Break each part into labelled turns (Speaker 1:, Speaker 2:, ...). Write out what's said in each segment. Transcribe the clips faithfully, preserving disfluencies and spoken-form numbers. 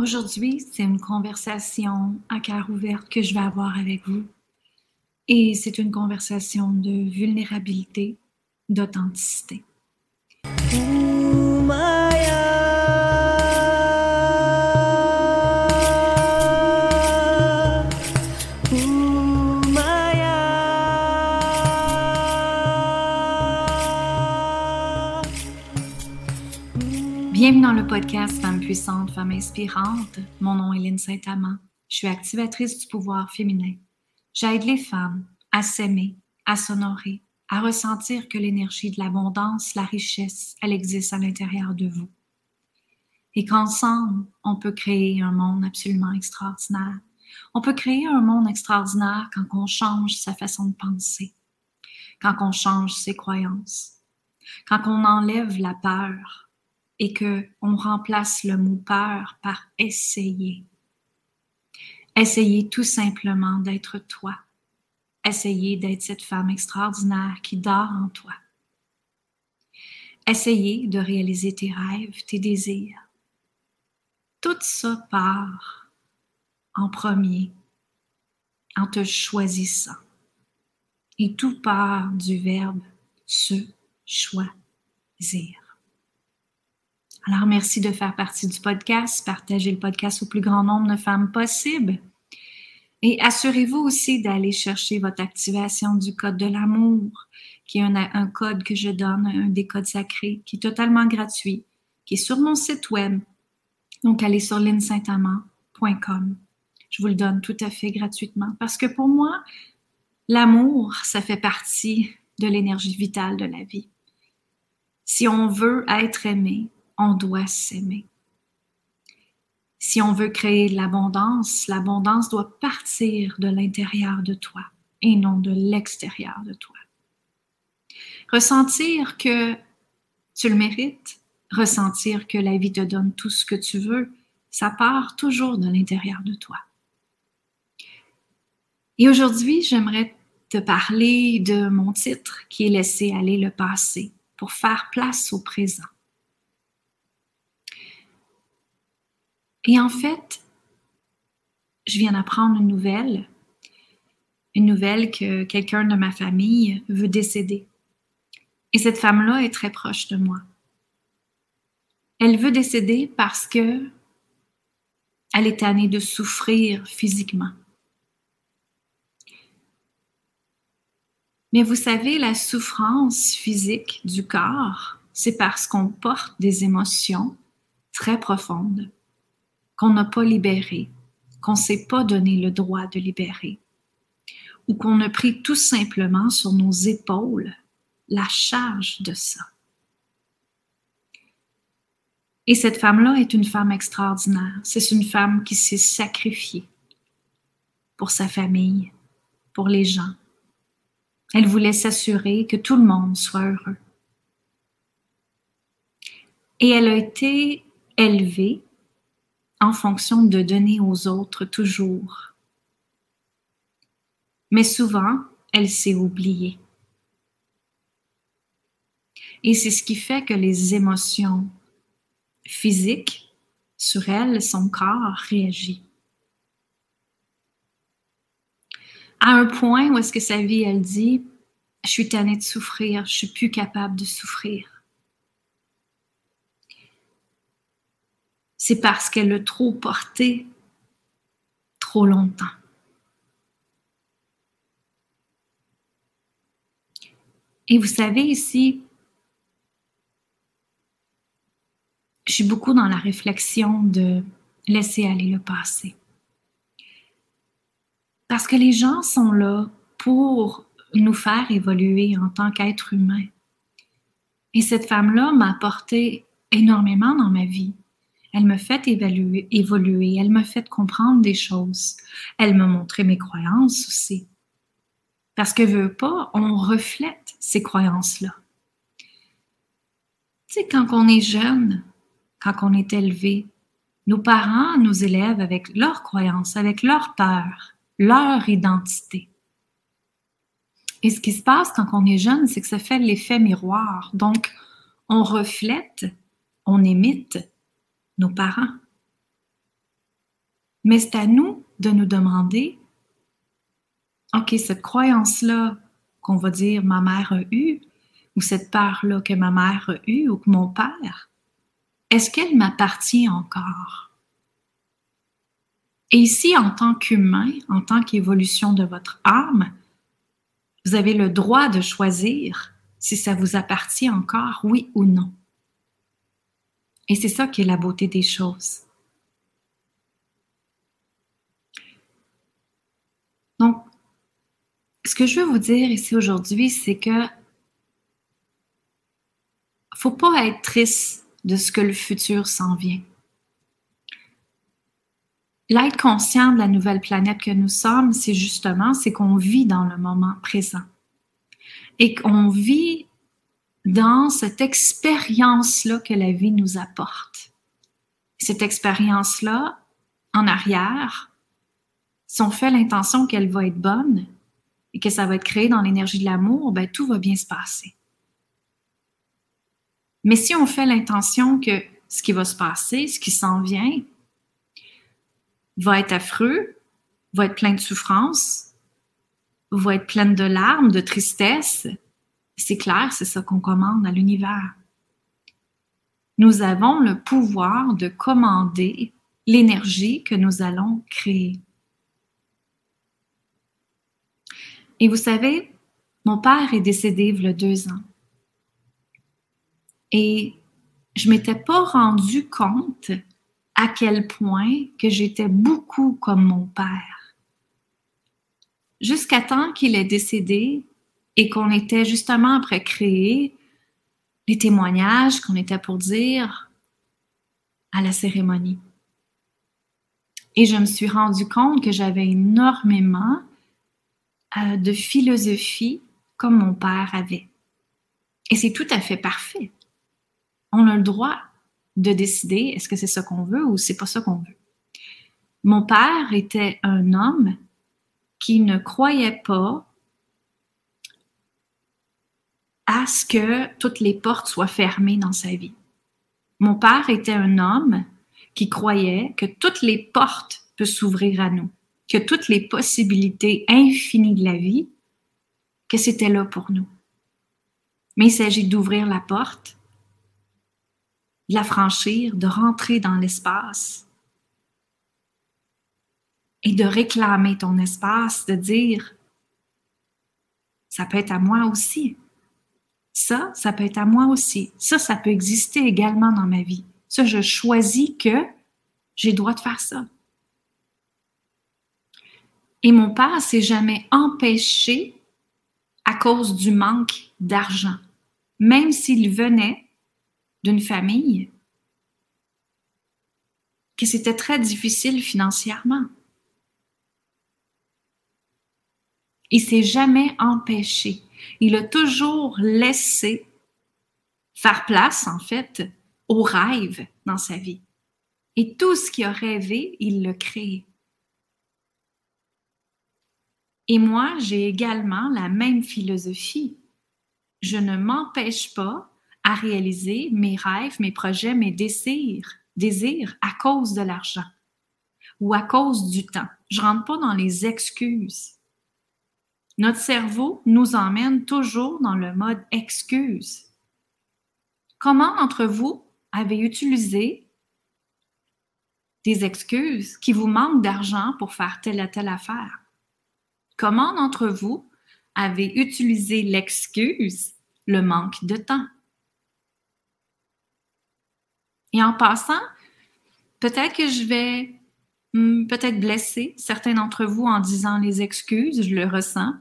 Speaker 1: Aujourd'hui, c'est une conversation à cœur ouvert que je vais avoir avec vous. Et c'est une conversation de vulnérabilité, d'authenticité. Ouh, Maya. Ouh, Maya. Bienvenue dans le podcast Femmes puissantes, Femmes inspirantes. Mon nom est Lynne Saint-Amand. Je suis activatrice du pouvoir féminin. J'aide les femmes à s'aimer, à s'honorer, à ressentir que l'énergie de l'abondance, la richesse, elle existe à l'intérieur de vous. Et qu'ensemble, on peut créer un monde absolument extraordinaire. On peut créer un monde extraordinaire quand on change sa façon de penser, quand on change ses croyances, quand on enlève la peur et qu'on remplace le mot peur par essayer. Essayez tout simplement d'être toi. Essayez d'être cette femme extraordinaire qui dort en toi. Essayez de réaliser tes rêves, tes désirs. Tout ça part en premier, en te choisissant. Et tout part du verbe se choisir. Alors, merci de faire partie du podcast. Partagez le podcast au plus grand nombre de femmes possible. Et assurez-vous aussi d'aller chercher votre activation du code de l'amour, qui est un, un code que je donne, un des codes sacrés, qui est totalement gratuit, qui est sur mon site web. Donc, allez sur lynne saint amand point com. Je vous le donne tout à fait gratuitement parce que pour moi, l'amour, ça fait partie de l'énergie vitale de la vie. Si on veut être aimé, on doit s'aimer. Si on veut créer de l'abondance, l'abondance doit partir de l'intérieur de toi et non de l'extérieur de toi. Ressentir que tu le mérites, ressentir que la vie te donne tout ce que tu veux, ça part toujours de l'intérieur de toi. Et aujourd'hui, j'aimerais te parler de mon titre qui est « Laisser aller le passé » pour faire place au présent. Et en fait, je viens d'apprendre une nouvelle, une nouvelle que quelqu'un de ma famille veut décéder. Et cette femme-là est très proche de moi. Elle veut décéder parce que elle est tannée de souffrir physiquement. Mais vous savez, la souffrance physique du corps, c'est parce qu'on porte des émotions très profondes qu'on n'a pas libérées, qu'on ne s'est pas donné le droit de libérer, ou qu'on a pris tout simplement sur nos épaules la charge de ça. Et cette femme-là est une femme extraordinaire. C'est une femme qui s'est sacrifiée pour sa famille, pour les gens. Elle voulait s'assurer que tout le monde soit heureux. Et elle a été élevée en fonction de donner aux autres toujours. Mais souvent, elle s'est oubliée. Et c'est ce qui fait que les émotions physiques sur elle, son corps réagit. À un point où est-ce que sa vie, elle dit « Je suis tannée de souffrir, je suis plus capable de souffrir ». C'est parce qu'elle l'a trop porté trop longtemps. Et vous savez ici, je suis beaucoup dans la réflexion de laisser aller le passé. Parce que les gens sont là pour nous faire évoluer en tant qu'être humain. Et cette femme-là m'a apporté énormément dans ma vie. Elle m'a fait évaluer, évoluer, elle m'a fait comprendre des choses. Elle m'a montré mes croyances aussi. Parce que, veut pas, on reflète ces croyances-là. Tu sais, quand on est jeune, quand on est élevé, nos parents nous élèvent avec leurs croyances, avec leurs peurs, leur identité. Et ce qui se passe quand on est jeune, c'est que ça fait l'effet miroir. Donc, on reflète, on imite nos parents. Mais c'est à nous de nous demander, OK, cette croyance-là qu'on va dire ma mère a eue, ou cette peur-là que ma mère a eue ou que mon père, est-ce qu'elle m'appartient encore? Et ici, en tant qu'humain, en tant qu'évolution de votre âme, vous avez le droit de choisir si ça vous appartient encore, oui ou non. Et c'est ça qui est la beauté des choses. Donc, ce que je veux vous dire ici aujourd'hui, c'est que faut pas être triste de ce que le futur s'en vient. L'être conscient de la nouvelle planète que nous sommes, c'est justement, c'est qu'on vit dans le moment présent. Et qu'on vit dans cette expérience-là que la vie nous apporte. Cette expérience-là, en arrière, si on fait l'intention qu'elle va être bonne et que ça va être créé dans l'énergie de l'amour, ben tout va bien se passer. Mais si on fait l'intention que ce qui va se passer, ce qui s'en vient, va être affreux, va être plein de souffrance, va être pleine de larmes, de tristesse, c'est clair, c'est ça qu'on commande à l'univers. Nous avons le pouvoir de commander l'énergie que nous allons créer. Et vous savez, mon père est décédé il y a deux ans. Et je ne m'étais pas rendu compte à quel point que j'étais beaucoup comme mon père. Jusqu'à temps qu'il est décédé et qu'on était justement après créer les témoignages qu'on était pour dire à la cérémonie. Et je me suis rendu compte que j'avais énormément euh, de philosophie comme mon père avait. Et c'est tout à fait parfait. On a le droit de décider est-ce que c'est ça qu'on veut ou c'est pas ça qu'on veut. Mon père était un homme qui ne croyait pas à ce que toutes les portes soient fermées dans sa vie. Mon père était un homme qui croyait que toutes les portes peuvent s'ouvrir à nous, que toutes les possibilités infinies de la vie, que c'était là pour nous. Mais il s'agit d'ouvrir la porte, de la franchir, de rentrer dans l'espace et de réclamer ton espace, de dire ça peut être à moi aussi. Ça, ça peut être à moi aussi. Ça, ça peut exister également dans ma vie. Ça, je choisis que j'ai le droit de faire ça. Et mon père s'est jamais empêché à cause du manque d'argent. Même s'il venait d'une famille que c'était très difficile financièrement. Il s'est jamais empêché. Il a toujours laissé faire place, en fait, au rêve dans sa vie. Et tout ce qu'il a rêvé, il l'a créé. Et moi, j'ai également la même philosophie. Je ne m'empêche pas à réaliser mes rêves, mes projets, mes désirs, désirs à cause de l'argent ou à cause du temps. Je ne rentre pas dans les excuses. Notre cerveau nous emmène toujours dans le mode excuse. Comment d'entre vous avez utilisé des excuses qui vous manquent d'argent pour faire telle ou telle affaire? Comment d'entre vous avez utilisé l'excuse, le manque de temps? Et en passant, peut-être que je vais hum, peut-être blesser certains d'entre vous en disant les excuses, je le ressens.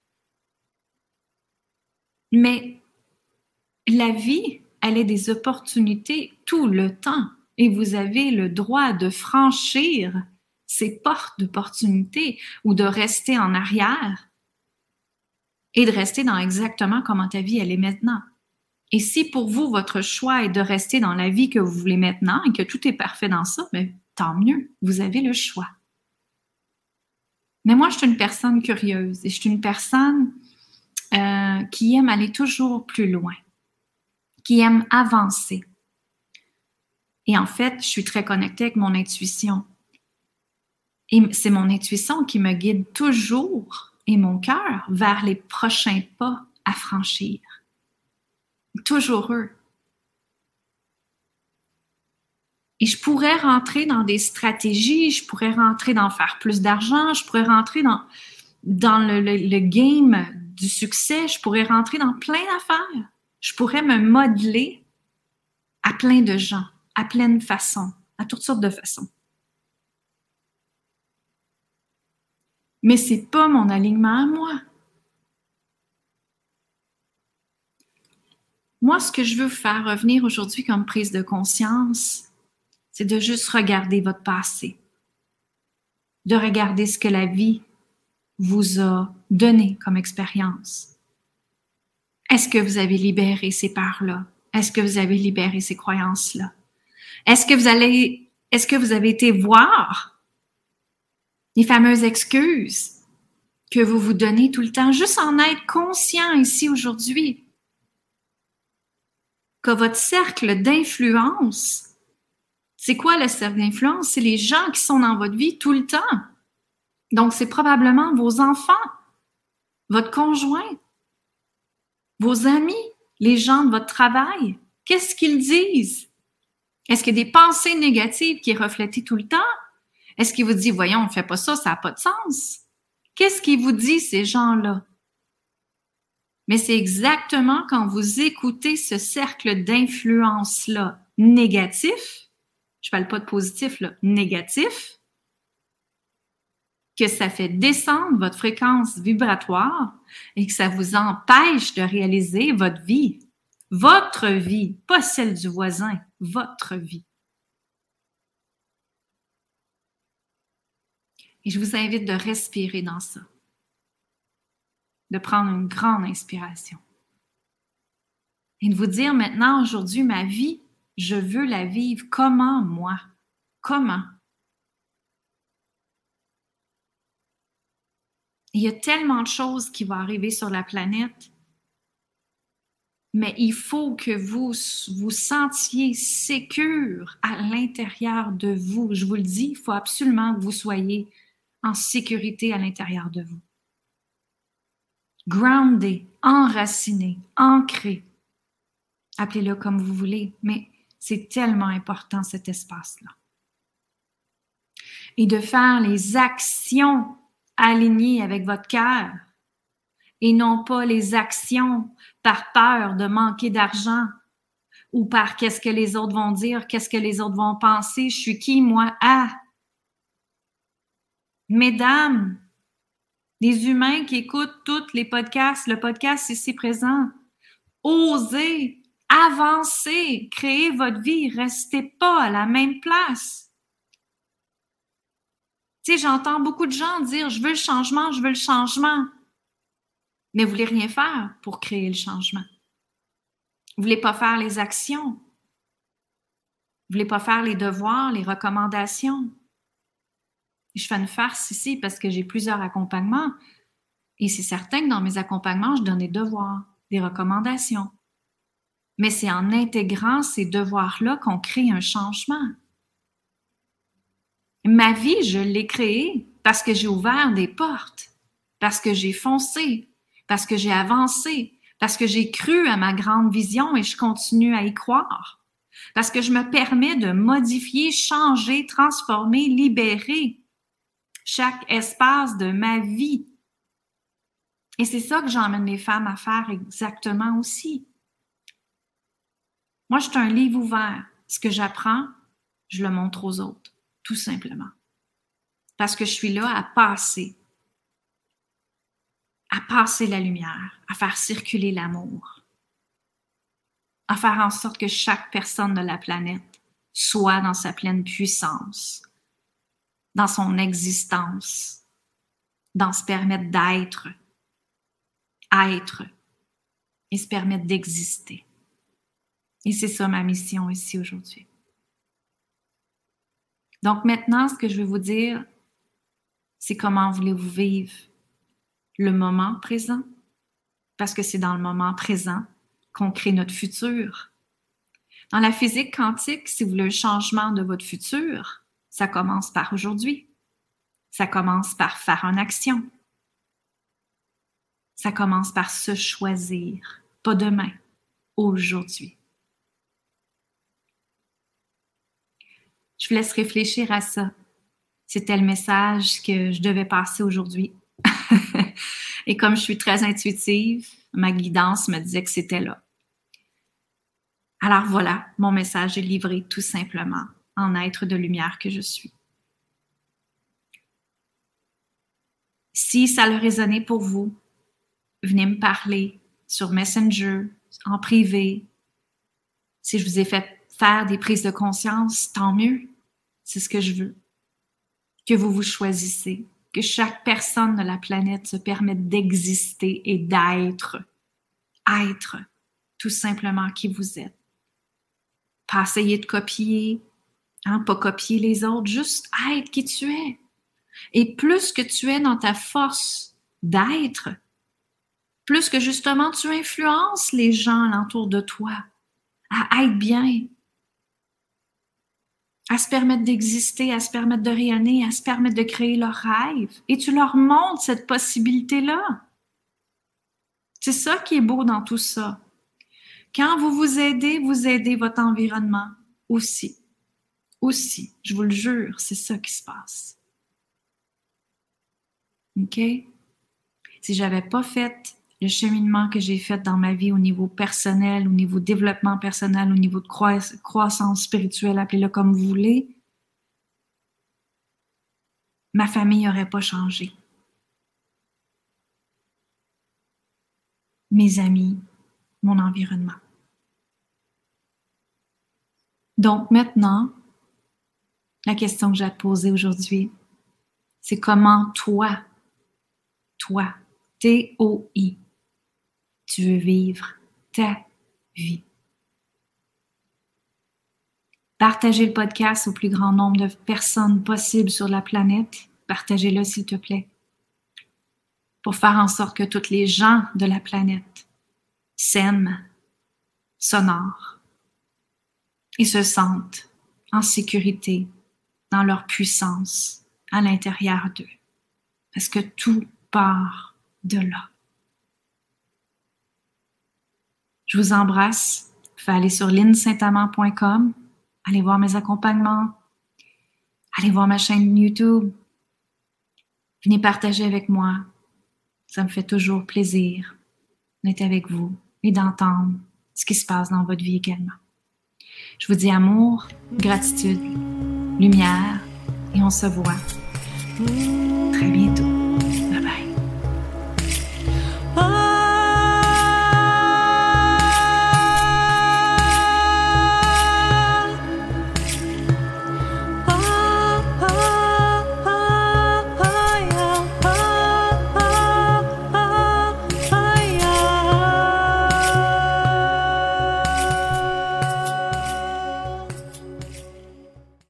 Speaker 1: Mais la vie, elle est des opportunités tout le temps et vous avez le droit de franchir ces portes d'opportunités ou de rester en arrière et de rester dans exactement comment ta vie elle est maintenant. Et si pour vous, votre choix est de rester dans la vie que vous voulez maintenant et que tout est parfait dans ça, bien, tant mieux, vous avez le choix. Mais moi, je suis une personne curieuse et je suis une personne euh, qui aime aller toujours plus loin, qui aime avancer. Et en fait, je suis très connectée avec mon intuition. Et c'est mon intuition qui me guide toujours et mon cœur vers les prochains pas à franchir. Toujours eux. Et je pourrais rentrer dans des stratégies, je pourrais rentrer dans faire plus d'argent, je pourrais rentrer dans, dans le, le, le game du succès, je pourrais rentrer dans plein d'affaires. Je pourrais me modeler à plein de gens, à plein de façons, à toutes sortes de façons. Mais c'est pas mon alignement à moi. Moi, ce que je veux faire revenir aujourd'hui comme prise de conscience, c'est de juste regarder votre passé, de regarder ce que la vie vous a donné comme expérience. Est-ce que vous avez libéré ces peurs-là? Est-ce que vous avez libéré ces croyances-là? Est-ce que vous allez, est-ce que vous avez été voir les fameuses excuses que vous vous donnez tout le temps, juste en être conscient ici aujourd'hui, que votre cercle d'influence, c'est quoi le cercle d'influence? C'est les gens qui sont dans votre vie tout le temps. Donc, c'est probablement vos enfants, votre conjoint, vos amis, les gens de votre travail. Qu'est-ce qu'ils disent? Est-ce qu'il y a des pensées négatives qui est reflétées tout le temps? Est-ce qu'il vous dit, voyons, on ne fait pas ça, ça n'a pas de sens? Qu'est-ce qu'il vous dit, ces gens-là? Mais c'est exactement quand vous écoutez ce cercle d'influence-là négatif, je ne parle pas de positif, là, négatif, que ça fait descendre votre fréquence vibratoire et que ça vous empêche de réaliser votre vie. Votre vie, pas celle du voisin, votre vie. Et je vous invite de respirer dans ça, de prendre une grande inspiration et de vous dire maintenant, aujourd'hui, ma vie, je veux la vivre comment, moi? Comment? Il y a tellement de choses qui vont arriver sur la planète, mais il faut que vous vous sentiez sécure à l'intérieur de vous. Je vous le dis, il faut absolument que vous soyez en sécurité à l'intérieur de vous. Groundé, enraciné, ancré. Appelez-le comme vous voulez, mais c'est tellement important cet espace-là. Et de faire les actions alignées avec votre cœur et non pas les actions par peur de manquer d'argent ou par qu'est-ce que les autres vont dire, qu'est-ce que les autres vont penser, je suis qui, moi? Ah! Mesdames, les humains qui écoutent tous les podcasts, le podcast ici présent, osez, avancez, créez votre vie, restez pas à la même place. Tu sais, j'entends beaucoup de gens dire « je veux le changement, je veux le changement », mais vous voulez rien faire pour créer le changement. Vous voulez pas faire les actions. Vous voulez pas faire les devoirs, les recommandations. Je fais une farce ici parce que j'ai plusieurs accompagnements et c'est certain que dans mes accompagnements, je donne des devoirs, des recommandations. Mais c'est en intégrant ces devoirs-là qu'on crée un changement. Ma vie, je l'ai créée parce que j'ai ouvert des portes, parce que j'ai foncé, parce que j'ai avancé, parce que j'ai cru à ma grande vision et je continue à y croire, parce que je me permets de modifier, changer, transformer, libérer chaque espace de ma vie. Et c'est ça que j'emmène les femmes à faire exactement aussi. Moi, je suis un livre ouvert. Ce que j'apprends, je le montre aux autres, tout simplement. Parce que je suis là à passer, à passer la lumière, à faire circuler l'amour, à faire en sorte que chaque personne de la planète soit dans sa pleine puissance, dans son existence, dans se permettre d'être, être et se permettre d'exister. Et c'est ça ma mission ici aujourd'hui. Donc maintenant, ce que je vais vous dire, c'est comment voulez-vous vivre le moment présent, parce que c'est dans le moment présent qu'on crée notre futur. Dans la physique quantique, si vous voulez un changement de votre futur, ça commence par aujourd'hui. Ça commence par faire une action. Ça commence par se choisir, pas demain, aujourd'hui. Je vous laisse réfléchir à ça. C'était le message que je devais passer aujourd'hui. Et comme je suis très intuitive, ma guidance me disait que c'était là. Alors voilà, mon message est livré tout simplement en être de lumière que je suis. Si ça a résonné pour vous, venez me parler sur Messenger, en privé. Si je vous ai fait faire des prises de conscience, tant mieux. C'est ce que je veux. Que vous vous choisissez, que chaque personne de la planète se permette d'exister et d'être. Être tout simplement qui vous êtes. Pas essayer de copier, hein, pas copier les autres, juste être qui tu es. Et plus que tu es dans ta force d'être, plus que justement tu influences les gens alentour de toi à être bien, à se permettre d'exister, à se permettre de rayonner, à se permettre de créer leurs rêves. Et tu leur montres cette possibilité-là. C'est ça qui est beau dans tout ça. Quand vous vous aidez, vous aidez votre environnement aussi. Aussi, je vous le jure, c'est ça qui se passe. OK? Si je n'avais pas fait le cheminement que j'ai fait dans ma vie au niveau personnel, au niveau développement personnel, au niveau de croiss- croissance spirituelle, appelez-le comme vous voulez, ma famille n'aurait pas changé. Mes amis, mon environnement. Donc maintenant, la question que j'ai à te poser aujourd'hui, c'est comment toi, toi, T O I, tu veux vivre ta vie. Partagez le podcast au plus grand nombre de personnes possible sur la planète. Partagez-le, s'il te plaît. Pour faire en sorte que toutes les gens de la planète s'aiment, s'honorent et se sentent en sécurité dans leur puissance à l'intérieur d'eux. Parce que tout part de là. Je vous embrasse. Vous pouvez aller sur lynne saint amand point com, allez voir mes accompagnements, allez voir ma chaîne YouTube. Venez partager avec moi. Ça me fait toujours plaisir d'être avec vous et d'entendre ce qui se passe dans votre vie également. Je vous dis amour, gratitude, lumière et on se voit très bientôt.